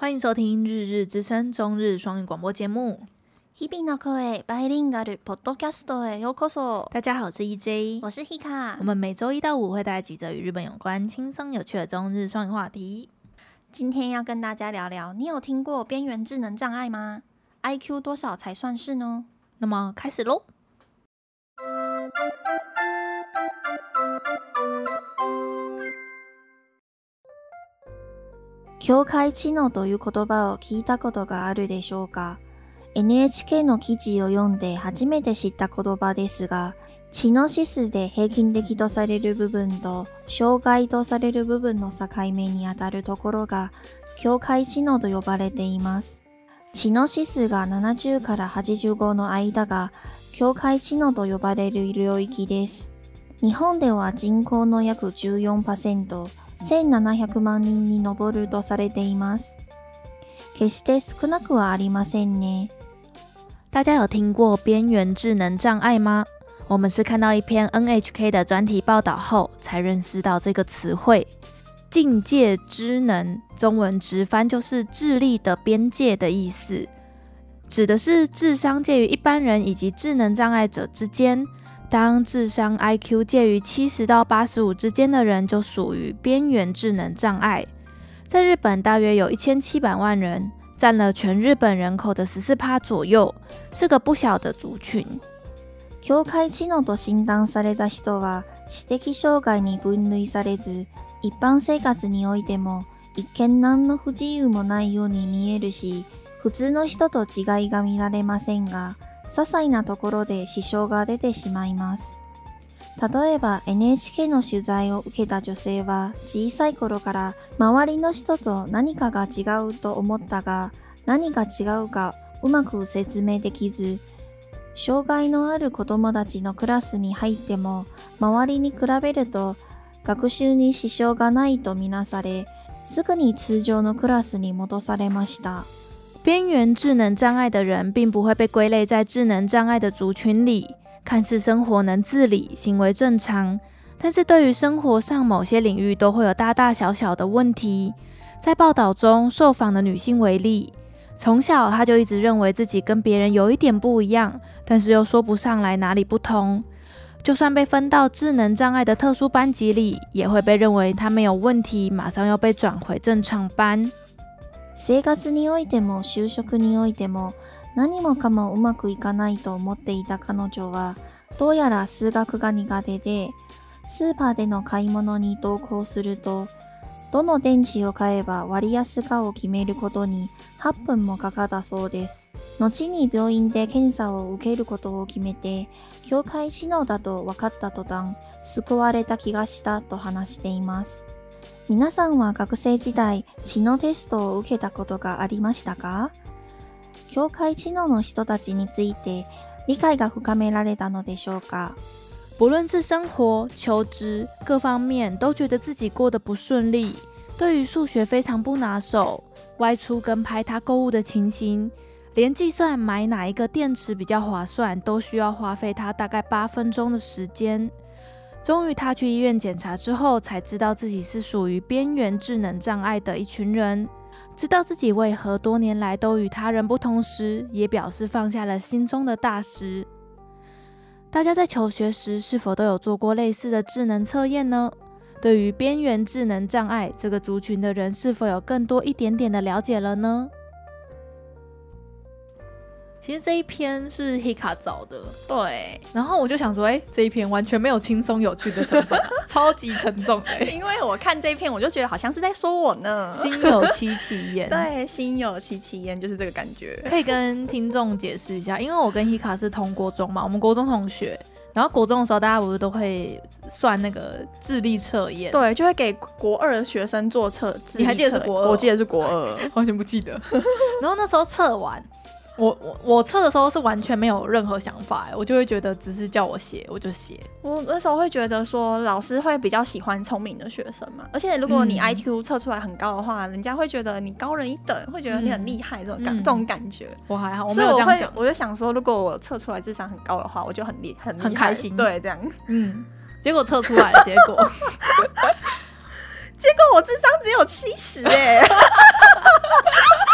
欢迎收听日日之声中日双语广播节目。 日々の声バイリンガルポッドキャストへようこそ。 大家好，我是 EJ， 我是 Hika。 我们每周1到5会带来几则与日本有关、轻松有趣的中日双语话题。 今天要跟大家聊聊，你有听过边缘智能障碍吗？ IQ 多少才算是呢？ 那么开始咯。 境界知能という言葉を聞いたことがあるでしょうか。 NHK の記事を読んで初めて知った言葉ですが、知能指数で平均的とされる部分と障害とされる部分の境目にあたるところが境界知能と呼ばれています。知能指数が70から85の間が境界知能と呼ばれる領域です。日本では人口の約 14%、1700万人に上るとされています。決して少なくはありませんね。 大家有听过边缘智能障碍吗？我们是看到一篇 NHK 的专题报道后才认识到这个词汇。境界知能，中文直翻就是智力的边界的意思，指的是智商介于一般人以及智能障碍者之间。当智商 IQ 介于70到85之间的人就属于边缘智能障碍。在日本大约有1700万人，占了全日本人口的 14% 左右，是个不小的族群。 境界知能と診断された人は知的障害に分類されず、一般生活においても一見何の不自由もないように見えるし、普通の人と違いが見られませんが、些細なところで支障が出てしまいます。例えば NHK の取材を受けた女性は小さい頃から周りの人と何かが違うと思ったが、何が違うかうまく説明できず、障害のある子供たちのクラスに入っても周りに比べると学習に支障がないとみなされ、すぐに通常のクラスに戻されました。 边缘智能障碍的人并不会被归类在智能障碍的族群里，看似生活能自理，行为正常，但是对于生活上某些领域都会有大大小小的问题。在报道中，受访的女性为例，从小她就一直认为自己跟别人有一点不一样，但是又说不上来哪里不同。就算被分到智能障碍的特殊班级里，也会被认为她没有问题，马上又被转回正常班。 生活においても就職においても何もかもうまくいかないと思っていた彼女は、どうやら数学が苦手で、スーパーでの買い物に同行すると、どの電池を買えば割安かを決めることに8分もかかったそうです。後に病院で検査を受けることを決めて、境界知能だと分かった途端、救われた気がしたと話しています。皆さんは学生時代、知能テストを受けたことがありましたか？境界知能の人たちについて理解が深められたのでしょうか？ 不论是生活、求职各方面，都觉得自己过得不顺利。对于数学非常不拿手，外出跟拍他购物的情形，连计算买哪一个电池比较划算，都需要花费他大概8分钟的时间。终于他去医院检查之后，才知道自己是属于边缘智能障碍的一群人。知道自己为何多年来都与他人不同时，也表示放下了心中的大石。大家在求学时是否都有做过类似的智能测验呢？对于边缘智能障碍这个族群的人，是否有更多一点点的了解了呢？其实这一篇是 Hika 找的， 对， 然后我就想说，这一篇完全没有轻松有趣的成分，超级沉重的。 因为我看这一篇，我就觉得好像是在说我呢。 心有戚戚焉， 对，心有戚戚焉就是这个感觉。 可以跟听众解释一下，因为我跟 Hika 是同国中嘛，我们国中同学。然后国中的时候，大家不是都会算那个智力测验？ 对，就会给国2的学生做智力测。 你还记得是国2？ 我记得是国2， 完全不记得。然后那时候测完。我测的时候是完全没有任何想法，我就会觉得只是叫我写我就写。我那时候会觉得说老师会比较喜欢聪明的学生嘛，而且如果你 IQ 测出来很高的话，人家会觉得你高人一等，会觉得你很厉害，这种感觉。 我还好，我没有这样想。 我就想说，如果我测出来智商很高的话，我就很开心。对，这样。 结果测出来的结果结果我智商只有70耶。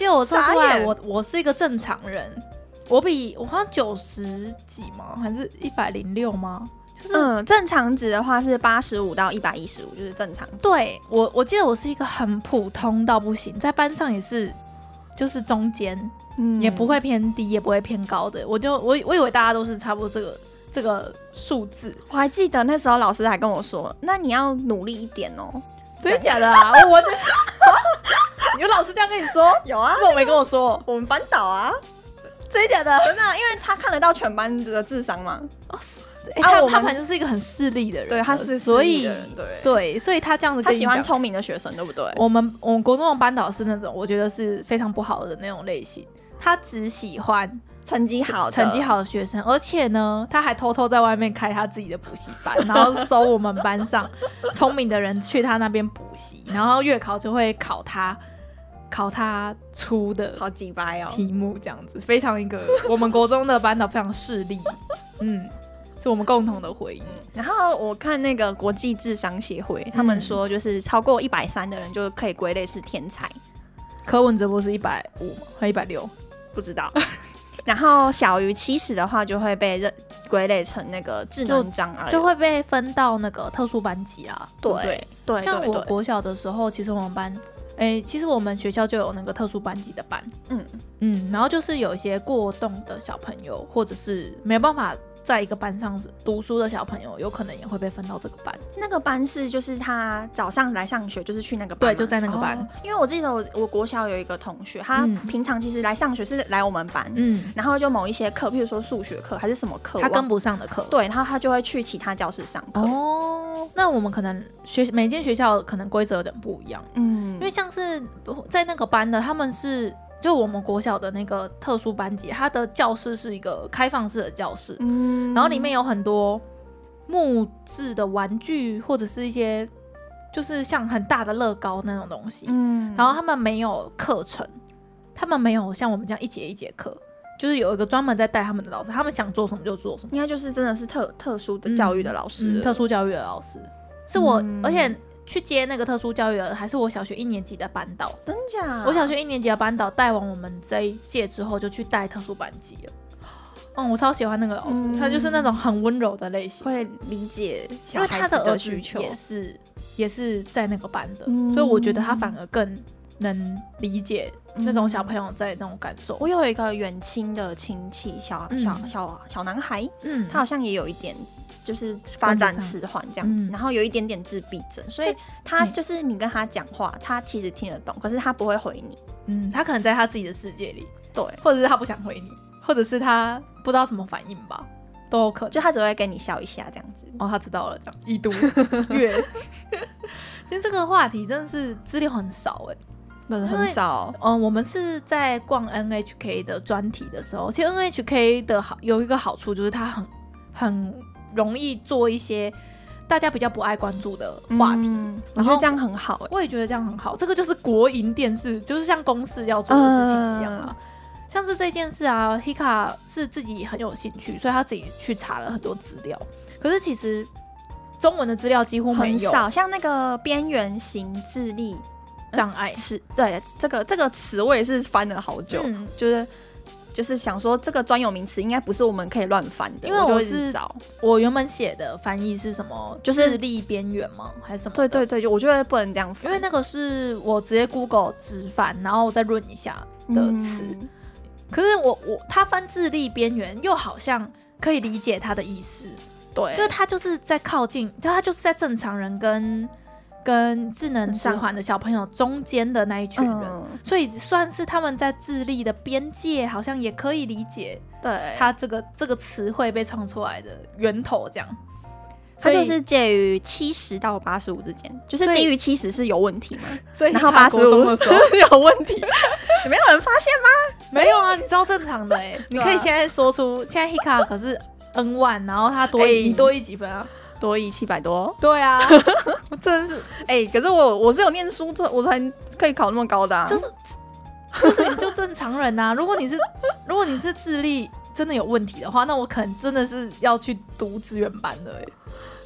记得我测出傻来眼我是一个正常人，我好像90几吗？还是106吗？ 正常值的话是85到115，就是正常值。 对，我记得我是一个很普通到不行，在班上也是就是中间，也不会偏低也不会偏高的。我以为大家都是差不多这个数字。 我还记得那时候老师还跟我说，那你要努力一点哦。 真的假的啊？有老师这样跟你说？ 有啊， 这我没跟我说。 我们班导啊， 真的假的？ 真的因为他看得到全班的智商嘛。 他本来就是一个很势利的人， 对，他是所以对， 所以他这样子他喜欢聪明的学生，对不对？ 我们国中的班导是那种我觉得是非常不好的那种类型，他只喜欢成绩好的学生，而且呢，他还偷偷在外面开他自己的补习班，然后收我们班上聪明的人去他那边补习，然后月考就会考他出的好几掰哦题目，这样子非常一个我们国中的班导非常势利，是我们共同的回忆。 然后我看那个国际智商协会，他们说就是超过130的人就可以归类是天才。 柯文哲不是150吗？还160？ 不知道。然后小于70的话，就会被归类成那个智能障碍， 就会被分到那个特殊班级啊。 对， 像我国小的时候，其实我们班，其实我们学校就有那个特殊班级的班，然后就是有一些过动的小朋友，或者是没有办法在一个班上读书的小朋友，有可能也会被分到这个班。 那个班是就是他早上来上学，就是去那个班， 对，就在那个班。 因为我记得我国小有一个同学，他平常其实来上学是来我们班，然后就某一些课，譬如说数学课还是什么课， 他跟不上的课， 对，然后他就会去其他教室上课。 那我们可能每间学校可能规则有点不一样，因为像是在那个班的，他们是。就我们国小的那个特殊班级，它的教室是一个开放式的教室，然后里面有很多木质的玩具，或者是一些就是像很大的乐高那种东西，然后他们没有课程，他们没有像我们这样一节一节课，就是有一个专门在带他们的老师，他们想做什么就做什么， 应该就是真的是特殊的教育的老师， 特殊教育的老师是我，而且。去接那个特殊教育的还是我小学1年级的班导， 真假？ 我小学1年级的班导带完我们这一届之后，就去带特殊班级了。我超喜欢那个老师，他就是那种很温柔的类型， 会理解小孩子的需求， 因为他的儿子也是在那个班的，所以我觉得他反而更能理解那种小朋友在那种感受。 我有一个远亲的亲戚，小男孩，他好像也有一点。就是发展迟缓这样子，然后有一点点自闭症，所以他就是你跟他讲话，他其实听得懂，可是他不会回你。 他可能在他自己的世界里， 对， 或者是他不想回你，或者是他不知道怎么反应吧，都有可能。 就他只会跟你笑一下这样子。 他知道了，这样已读阅。其实这个话题真的是资料很少很少。 我们是在逛 NHK 的专题的时候，其实 NHK 的有一个好处就是它很容易做一些大家比较不爱关注的话题， 我觉得这样很好。 我也觉得这样很好，这个就是国营电视，就是像公视要做的事情一样啊。像是这件事啊 ，Hika 是自己很有兴趣，所以他自己去查了很多资料。可是其实中文的资料几乎没有， 很少。像那个边缘型智力障碍对这个词我也是翻了好久，就是想说这个专有名词应该不是我们可以乱翻的， 因为我原本写的翻译是什么，就是智力边缘吗？还是什么？ 对，我觉得不能这样翻， 因为那个是我直接 Google 直翻，然后我再润一下的词。可是他翻智力边缘，又好像可以理解他的意思。对，就是他就是在靠近，就他就是在正常人跟智能迟缓的小朋友中间的那一群人，所以算是他们在智力的边界，好像也可以理解，对他这个词汇被创出来的源头这样。 它就是介于70到85之间，就是低于70是有问题嘛， 所以然后85 的时候有问题，没有人发现吗？ 没有啊，你超正常的你可以现在说出，现在 Hika 可是 N1， 然后他你多一几分啊？ 多益700多， 对啊，我真的是可是我是有念书，我才可以考那么高的就是你就正常人啊。如果你是智力真的有问题的话，那我可能真的是要去读资源班的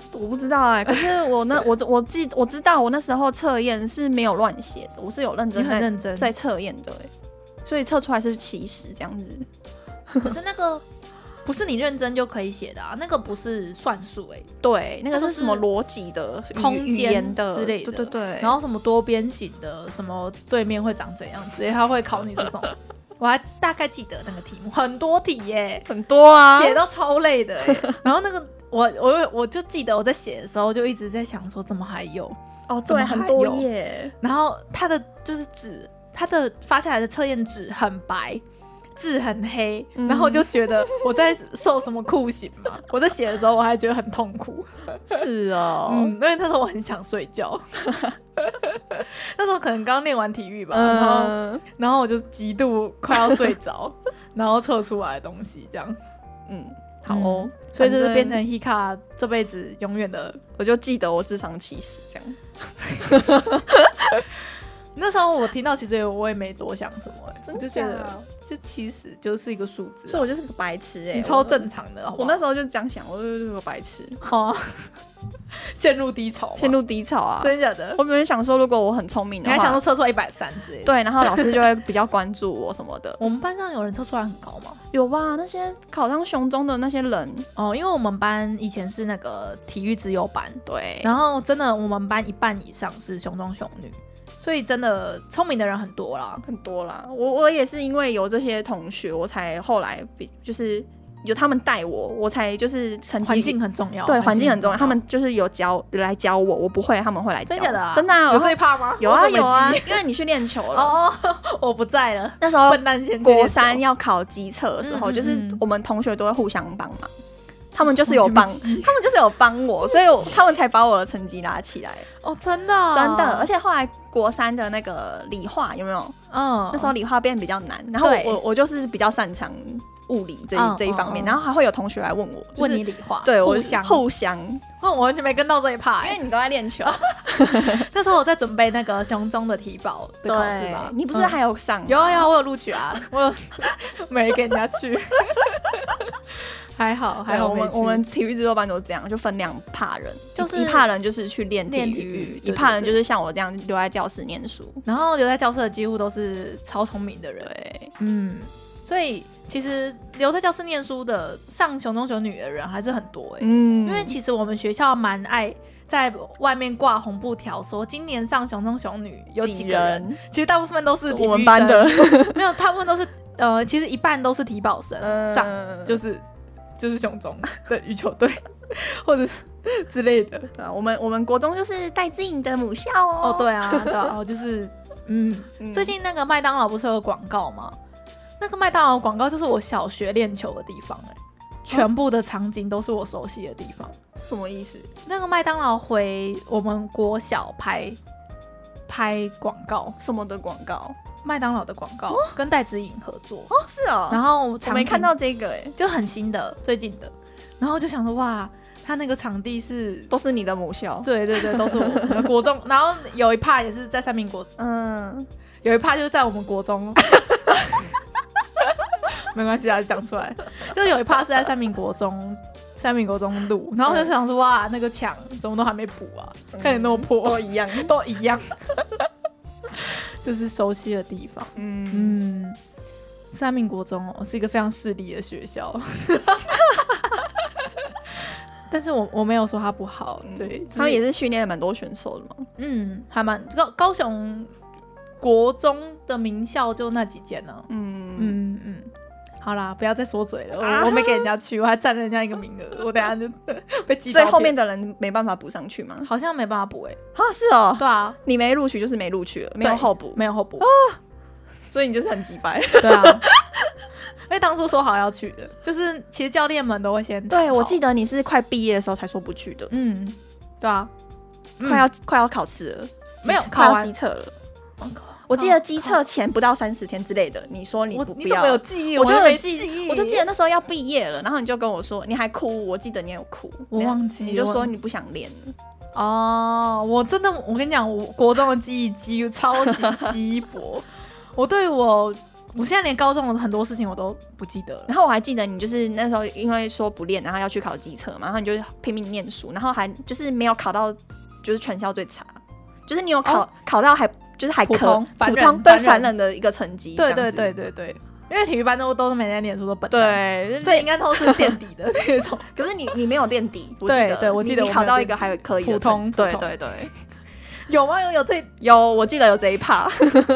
我不知道哎、可是我知道我那时候测验是没有乱写的，我是有认真你很认真在测验的所以测出来是70这样子。 可是那个不是你认真就可以写的啊，那个不是算术对，那个是什么逻辑的、语空间言的之类的， 对对对。 然后什么多边形的，什么对面会长怎样之类，他会考你这种。我还大概记得那个题目，很多题耶， 很多啊， 写到超累的耶。然后那个我就记得我在写的时候就一直在想说怎么还有对，很多页。 然后它的就是纸，它的发下来的测验纸很白，字很黑，然后我就觉得我在受什么酷刑嘛。我在写的时候我还觉得很痛苦。 是哦， 因为那时候我很想睡觉。那时候可能刚练完体育吧，然后我就极度快要睡着，然后测出来的东西这样。 好哦， 所以这是变成 Hika 这辈子永远的， 我就记得我智商70这样。 那时候我听到其实我也没多想什么我就觉得就70就是一个数字所以我就是个白痴你超正常的好不好？ 我那时候就这样想，我就是个白痴。 陷入低潮啊！真的假的？ 我本来想说，如果我很聪明的话， 你还想说测出来130之类的， 对，然后老师就会比较关注我什么的。 我们班上有人测出来很高吗？ 有吧，那些考上雄中的那些人因为我们班以前是那个体育资优班， 对， 然后真的我们班一半以上是雄中雄女，所以真的聪明的人很多啦， 很多啦。我也是因为有这些同学，我才后来就是有他们带我才就是成绩环境很重要， 对，环境很重要。他们就是有来教我，我不会，他们会来教。 真的啊？ 真的啊？ 有这一趴吗？ 有啊有啊，因为你去练球了。 我不在了。 那时候笨蛋先国3要考基测的时候，就是我们同学都会互相帮忙。他们就是有帮我，所以他们才把我的成绩拉起来。 真的真的，而且后来国3的那个理化有没有？那时候理化变比较难，然后我就是比较擅长物理这一方面，然后还会有同学来问我， 问你理化， 对， 互相。我完全没跟到这一趴， 因为你都在练球。 那时候我在准备那个雄中的体保的考试吧？ 你不是还有上？ 有啊，我有录取啊，我有没给人家去。还好我们体育制作班都这样，就分2趴人，就是一趴人就是去练体育，一趴人就是像我这样留在教室念书， 然后留在教室的几乎都是超聪明的人。 对， 所以其实留在教室念书的上雄中雄女的人还是很多因为其实我们学校蛮爱在外面挂红布条说今年上雄中雄女有几个人，其实大部分都是体育生， 我们班的没有，大部分都是其实一半都是体保生上，就是雄中的羽球队或者之类的。 我们国中就是戴资颖的母校对啊，就是最近那个麦当劳不是有广告吗？那个麦当劳广告就是我小学练球的地方全部的场景都是我熟悉的地方。 什么意思？ 那个麦当劳回我们国小拍广告， 什么的广告？ 麦当劳的广告跟戴资颖合作是哦。 然后我没看到这个就很新的，最近的。然后就想说哇，他那个场地都是你的母校？ 对，都是我们的国中。然后有一趴也是在三民国，有一趴就是在我们国中。没关系啊，讲出来。就有一趴是在三民国中录，然后就想说哇，那个墙怎么都还没补啊，看起来那么破， 都一样。 就是熟悉的地方。三民国中是一个非常势利的学校。但是我没有说他不好，对， 他们也是训练了蛮多选手的嘛。 还蛮高雄国中的名校就那几间呢。好啦，不要再说嘴了，我没给人家去，我还占了人家一个名额，我等一下就被记到。 所以后面的人没办法补上去吗？ 好像没办法补是哦。 对啊， 你没录取就是没录取了，没有候补所以你就是很鸡掰。 对啊。因为当初说好要去的，就是其实教练们都会先对，我记得你是快毕业的时候才说不去的。 对啊， 快要考试了， 没有考完基测了。我记得基测前不到30天之类的，你说你不要， 你怎么有记忆？ 我就有记忆，我就记得那时候要毕业了，然后你就跟我说，你还哭，我记得你有哭， 我忘记， 你就说你不想练了。 我真的，我跟你讲，我国中的记忆超级稀薄。我对我我现在连高中的很多事情我都不记得了。 然后我还记得你就是那时候因为说不练，然后要去考机车嘛，然后你就拼命念书，然后还就是没有考到就是全校最差，就是你有考到还就是还普通对凡人的一个成绩。 对对对对对，因为体育班都是每天念书的本单，对， 所以应该都是垫底的那种。 可是你没有垫底，我记得对，我记得你考到一个还可以的普通。 对对对， 有吗？ 有，我记得有这一趴。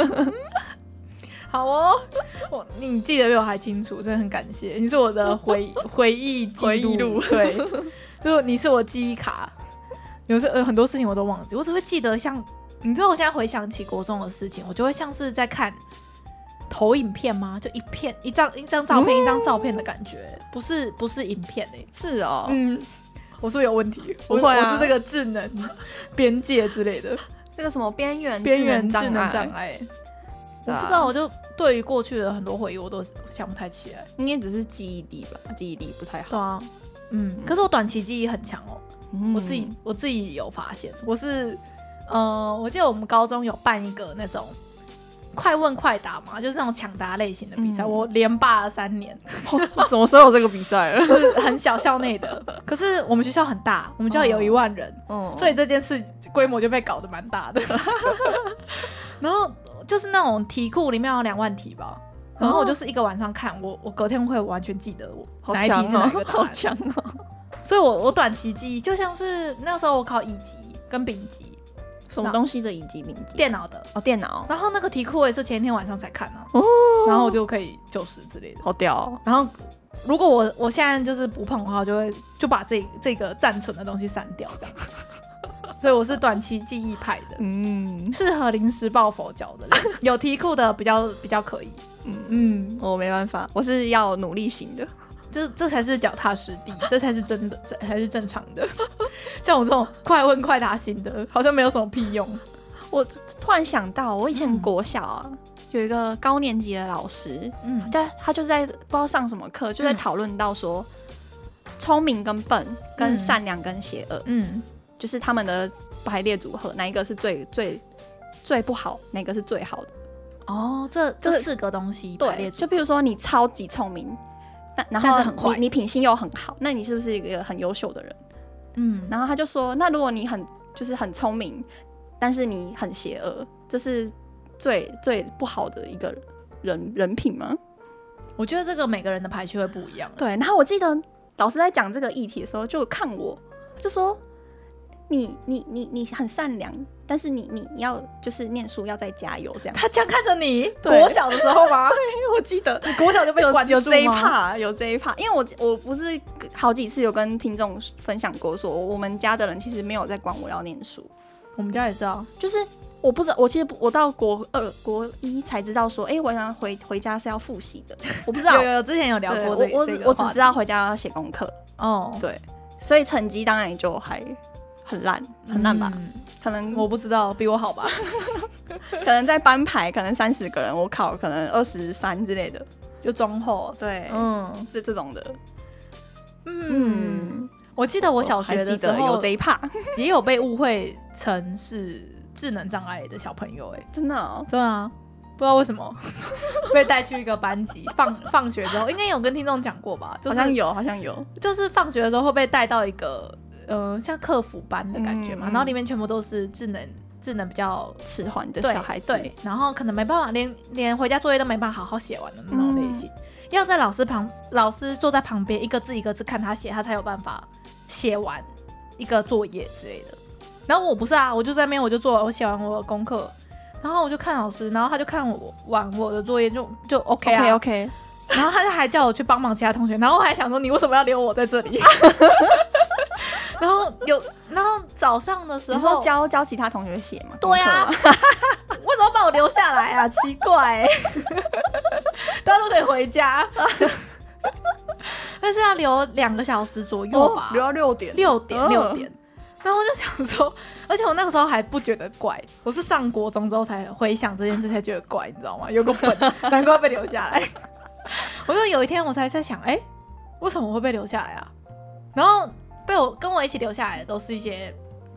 好哦，你记得比我还清楚，真的很感谢，你是我的回忆录，对，就是你是我记忆卡。有很多事情我都忘记，我只会记得像你知道，我现在回想起国中的事情，我就会像是在看投影片吗？就一张照片，一张照片的感觉，不是影片欸。 是哦， 我是不是有问题？ 不会啊， 我是这个智能边界之类的， 这个什么边缘智能障碍。我不知道，我就对于过去的很多回忆我都想不太起来。 应该只是记忆力吧，记忆力不太好。 对啊，可是我短期记忆很强哦。我自己有发现，我记得我们高中有办一个那种快问快答嘛，就是那种抢答类型的比赛，我连霸了3年。 什么时候有这个比赛了？ 就是很小校内的，可是我们学校很大，我们学校有1万人，所以这件事规模就被搞得蛮大的。然后就是那种题库里面有2万题吧，然后我就是一个晚上看，我隔天会完全记得我哪一题是哪个答案。 好强哦！ 所以我短期记忆就像是那时候我考乙级跟丙级。 什么东西的乙级丙级？ 电脑的哦，电脑。 然后那个题库我也是前一天晚上才看啊，然后我就可以90之类的， 好屌哦。 然后如果我现在就是不碰的话，就把这个暂存的东西删掉这样。所以我是短期记忆派的，适合临时抱佛脚的，有题库的比较可以。 我没办法，我是要努力型的。 这才是脚踏实地，这才是真的，这才是正常的。像我这种快问快答型的，好像没有什么屁用。 我突然想到，我以前国小啊，有一个高年级的老师，他就在不知道上什么课，就在讨论到说，聪明跟笨，跟善良跟邪恶，就是他们的排列组合，哪一个是最不好，哪个是最好的？ 哦，这4个东西排列组合， 就比如说你超级聪明。然后你品性又很好，那你是不是一个很优秀的人？然后他就说，那如果你很聪明，但是你很邪恶，这是最不好的一个人品吗？ 我觉得这个每个人的排序会不一样。 对，然后我记得老师在讲这个议题的时候，就看我，就说你很善良，但是你要就是念书要再加油这样。 他这样看着你，国小的时候吗？ 我记得你国小就被灌输吗？ 有这一趴，因为我不是好几次有跟听众分享过，说我们家的人其实没有在管我要念书。 我们家也是啊， 就是我不知道，我其实我到国2、国1才知道说，我想回家是要复习的，我不知道。 有之前有聊过我只知道回家要写功课。对，所以成绩当然就还很烂吧。可能我不知道，比我好吧。 可能在班排可能30个人，我考可能23之类的， 就中后。 对，是这种的。 我记得我小学的时候有这一趴， 也有被误会成是智能障碍的小朋友。 真的哦？ 对啊，不知道为什么被带去一个班级，放学之后，应该有跟听众讲过吧？就是、 好像有， 就是放学的时候会被带到一个像客服班的感觉嘛，然后里面全部都是智能比较迟缓的小孩子， 对，然后可能没办法连回家作业都没办法好好写完的那种类型，要在老师坐在旁边一个字一个字看他写，他才有办法写完一个作业之类的。然后我不是啊，我就在那边我写完我的功课，然后我就看老师，然后他就看我完我的作业就 OK 啊 OK， 然后他就还叫我去帮忙其他同学，然后我还想说你为什么要留我在这里？然后早上的时候， 你说教其他同学写吗？ 对啊，为什么把我留下来啊？奇怪，大家都可以回家，但是要留2个小时左右吧， 留到6点。 然后我就想说，而且我那个时候还不觉得怪，我是上国中之后才回想这件事才觉得怪，你知道吗？有个本，难怪被留下来。我就有一天我才在想，为什么我会被留下来啊？然后跟我一起留下来的都是一些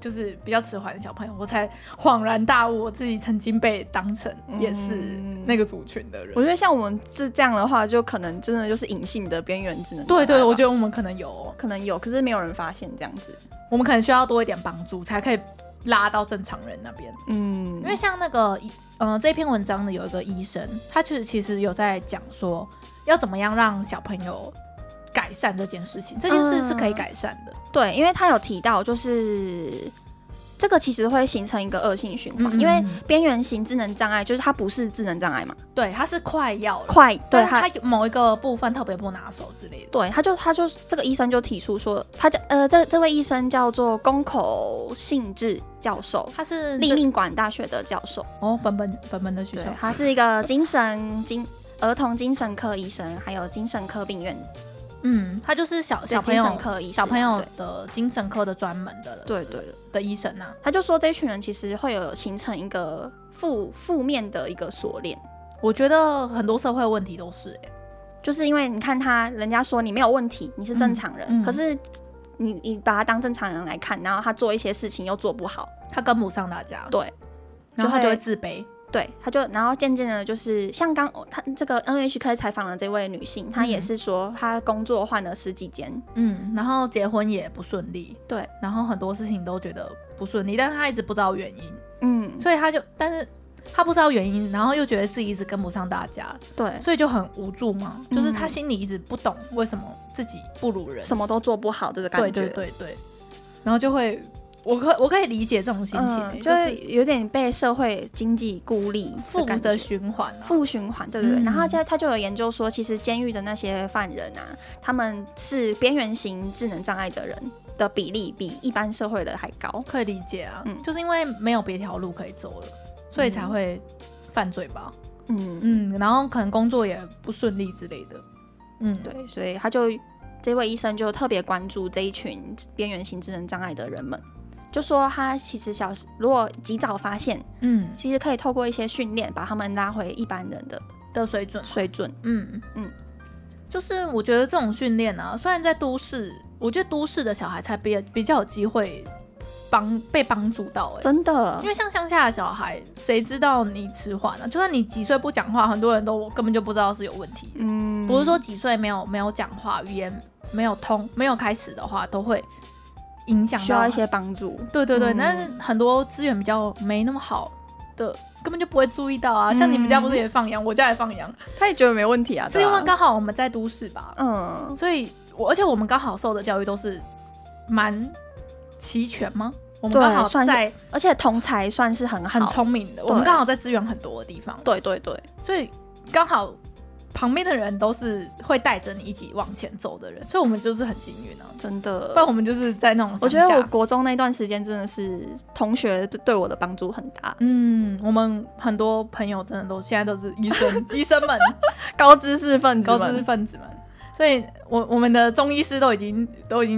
就是比较迟缓的小朋友，我才恍然大悟，我自己曾经被当成也是那个族群的人。 我觉得像我们这样的话，就可能真的就是隐性的边缘智能障碍。 对，我觉得我们可能有， 可是没有人发现这样子。 我们可能需要多一点帮助，才可以拉到正常人那边。因为像那个这篇文章的有一个医生，他其实有在讲说要怎么样让小朋友改善这件事情，这件事是可以改善的。 对，因为他有提到就是这个其实会形成一个恶性循环，因为边缘型智能障碍就是它不是智能障碍嘛， 对，它是快要对， 它有某一个部分特别不拿手之类的。 对，他就这个医生就提出说，这位医生叫做宫口信治教授， 他是立命馆大学的教授哦，本的学校， 他是一个儿童精神科医生，还有精神科病院。 他就是小朋友的精神科的专门的，对的医生啊。 他就说这群人其实会有形成一个负面的一个锁链。 我觉得很多社会问题都是就是因为你看人家说你没有问题，你是正常人，可是你把他当正常人来看，然后他做一些事情又做不好， 他跟不上大家， 对， 然后他就会自卑。 对，然后渐渐的，就是像他这个 NHK 采访的这位女性，她也是说她工作换了10几间， 然后结婚也不顺利， 对， 然后很多事情都觉得不顺利，但是她一直不知道原因，所以但是她不知道原因，然后又觉得自己一直跟不上大家， 对， 所以就很无助嘛，就是她心里一直不懂为什么自己不如人， 什么都做不好的感觉， 对，然后就会。我可以理解这种心情， 就是有点被社会经济孤立负的循环， 负循环，对。然后他就有研究说，其实监狱的那些犯人啊，他们是边缘型智能障碍的人的比例比一般社会的还高。 可以理解啊，就是因为没有别条路可以走了，所以才会犯罪吧。然后可能工作也不顺利之类的。 对，所以这位医生就特别关注这一群边缘型智能障碍的人们。就说他其实如果及早发现，其实可以透过一些训练把他们拉回一般人的水准。 就是我觉得这种训练啊，虽然在都市，我觉得都市的小孩才比较有机会被帮助到， 真的，因为像乡下的小孩，谁知道你迟缓呢？就算你几岁不讲话，很多人都根本就不知道是有问题。不是说几岁没有讲话，语言没有通，没有开始的话，都会影响到， 需要一些帮助。 对，但是很多资源比较没那么好的，根本就不会注意到啊。像你们家不是也放羊，我家也放羊， 他也觉得没问题啊。 是因为刚好我们在都市吧，所以而且我们刚好受的教育都是蛮齐全吗？我们刚好在， 而且同才算是很聪明的，我们刚好在资源很多的地方。 对， 所以刚好。旁边的人都是会带着你一起往前走的人，所以我们就是很幸运啊， 真的。 不然我们就是在那种， 我觉得我国中那段时间真的是同学对我的帮助很大。 我们很多朋友真的现在都是医生们， 高知识分子们，所以我们的中医师都已经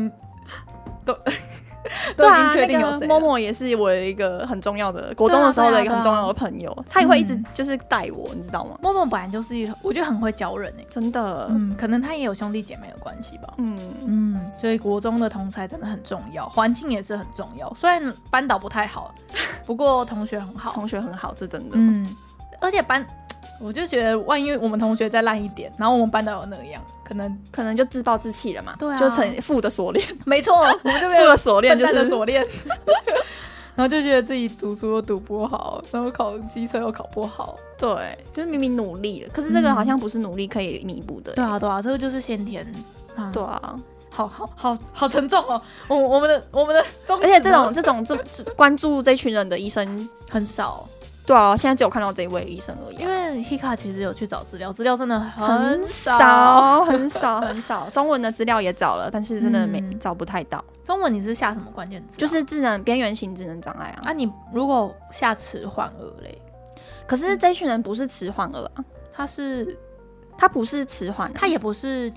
确定有谁了。 默默也是我一个很重要的国中的时候的一个很重要的朋友，他也会一直就是带我，你知道吗？ 默默本来就是我觉得很会教人真的。 可能他也有兄弟姐妹的关系吧。所以国中的同侪真的很重要，环境也是很重要。虽然班导不太好，不过同学很好， 是真的。 而且我就觉得万一我们同学再烂一点，然后我们班导有那样。 可能就自暴自弃了嘛， 对啊， 就成负的锁链。 没错，我们就被负的锁链就是锁链，然后就觉得自己读书又读不好，然后考机车又考不好， 对，就是明明努力了，可是这个好像不是努力可以弥补的。 对啊，这个就是先天。 对啊， 好沉重哦。我们的， 而且这种关注这群人的医生很少。 对啊，现在只有看到这一位医生而已。 因为 Hika 其实有去找资料真的很少。中文的资料也找了，但是真的找不太到。 中文你是下什么关键字？ 就是边缘型智能障碍啊。 你如果下迟缓儿嘞？ 可是这群人不是迟缓儿啊，他不是迟缓， 他也不是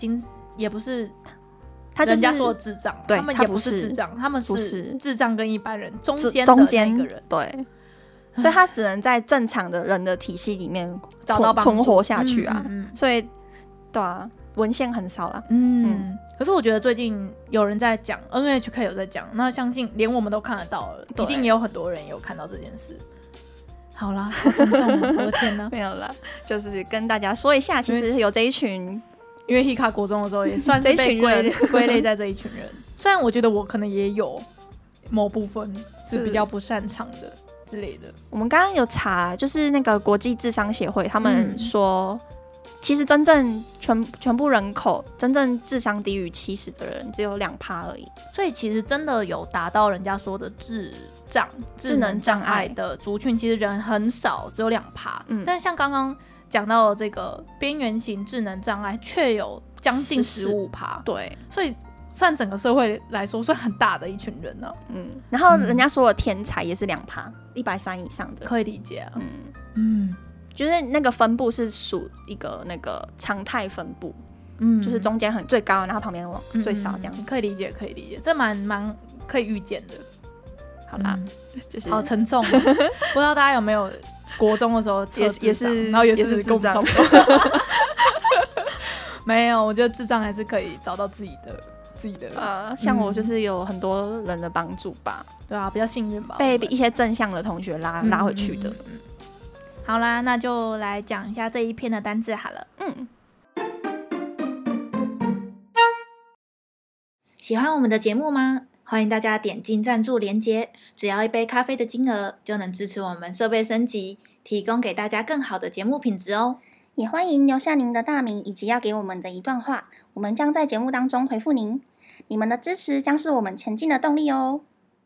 他人家说的智障，他们也不是智障，他们是智障跟一般人中间的那个人。 对。所以他只能在正常的人的体系里面找到存活下去啊。所以对啊， 文献很少啦。 可是我觉得最近有人在讲 NHK 有在讲，那相信连我们都看得到了，一定也有很多人有看到这件事。好啦，好沉重哦，我的天哪！ 没有啦，就是跟大家说一下，其实有这一群， 因为 Hika 国中的时候也算是被归类在这一群人。虽然我觉得我可能也有某部分是比较不擅长的之类的。 我们刚刚有查，就是那个国际智商协会，他们说，其实真正全部人口真正智商低于70的人只有2%而已。 所以其实真的有达到人家说的智能障碍的族群，其实人很少，只有2%。但是像刚刚讲到的这个边缘型智能障碍，却有将近15%。 对， 所以算整个社会来说，算很大的一群人呢。 然后人家说的天才也是2%，130以上的， 可以理解啊。 就是那个分布是属一个那个常态分布，就是中间最高，然后旁边最少这样。 可以理解，这蛮可以预见的。 好啦，就是好沉重。不知道大家有没有国中的时候测智商，然后也是跟我们差不多。没有，我觉得智障还是可以找到自己的。 像我就是有很多人的帮助吧。 对啊，比较幸运吧， 被一些正向的同学拉回去的。 好啦，那就来讲一下这一篇的单字好了。喜欢我们的节目吗？欢迎大家点进赞助连结，只要1杯咖啡的金额，就能支持我们设备升级，提供给大家更好的节目品质哦。 也欢迎留下您的大名以及要给我们的一段话，我们将在节目当中回复您。你们的支持将是我们前进的动力哦。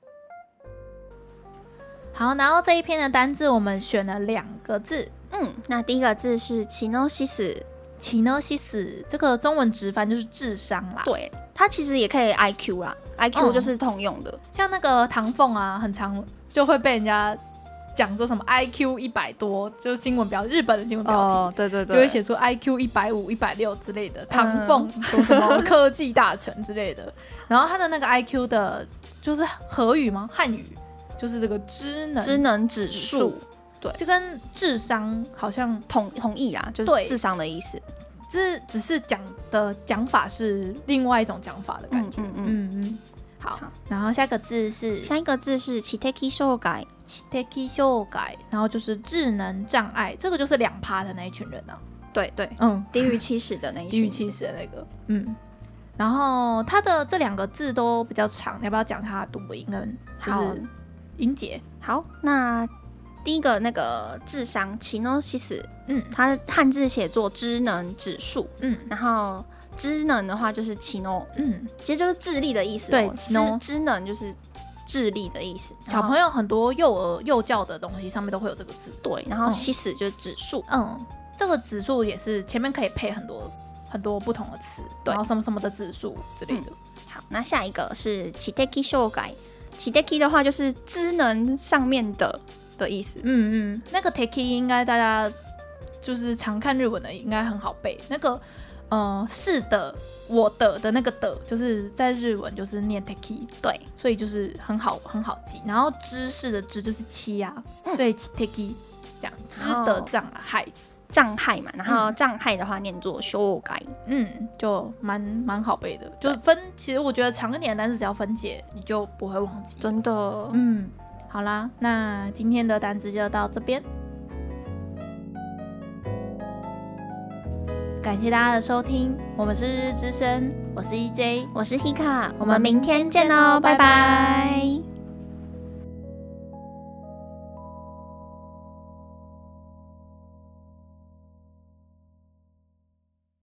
好，然后这一篇的单字我们选了2个字。 那第一个字是奇诺西斯， 这个中文直翻就是智商啦。 对，它其实也可以 IQ 啦，IQ 就是通用的。 像那个唐凤啊，很常就会被人家讲说什么 IQ 100多，就是新闻日本的新闻标题， 对， 就会写出 IQ 150、160之类的。唐凤说什么科技大臣之类的，然后他的那个 IQ 的就是荷语吗？汉语就是这个知能指数。对，就跟智商好像同义啦，就是智商的意思。 只是讲法是另外一种讲法的感觉。好，然后下一个字是知的障碍， 然后就是智能障碍，这个就是2%的那一群人啊。 对，低于70的那一群， 低于70的那个。然后它的这2个字都比较长，你要不要讲它的读音跟就是音节？ 好，那第一个那个智商奇诺西斯，它汉字写作知能指数，然后知能的话就是奇诺，其实就是智力的意思。 对， 知能就是智力的意思。 小朋友很多幼教的东西上面都会有这个字。 对，然后西斯就是指数， 这个指数也是前面可以配很多不同的词，然后什么什么的指数之类的。 好，那下一个是知的障碍，知的的话就是知能上面的意思。 那个 teki 应该大家就是常看日文的应该很好背。那个是的，我的那个的，就是在日文就是念 teki。对，所以就是很好记。然后知识的知就是七啊，所以 teki 这样知的障害嘛。然后障害的话念作障碍，就蛮好背的。就其实我觉得长一点的单词只要分解，你就不会忘记。 真的。 好啦，那今天的单词就到这边，感谢大家的收听，我们是日日之声，我是 EJ， 我是 Hika， 我们明天见哦，拜拜。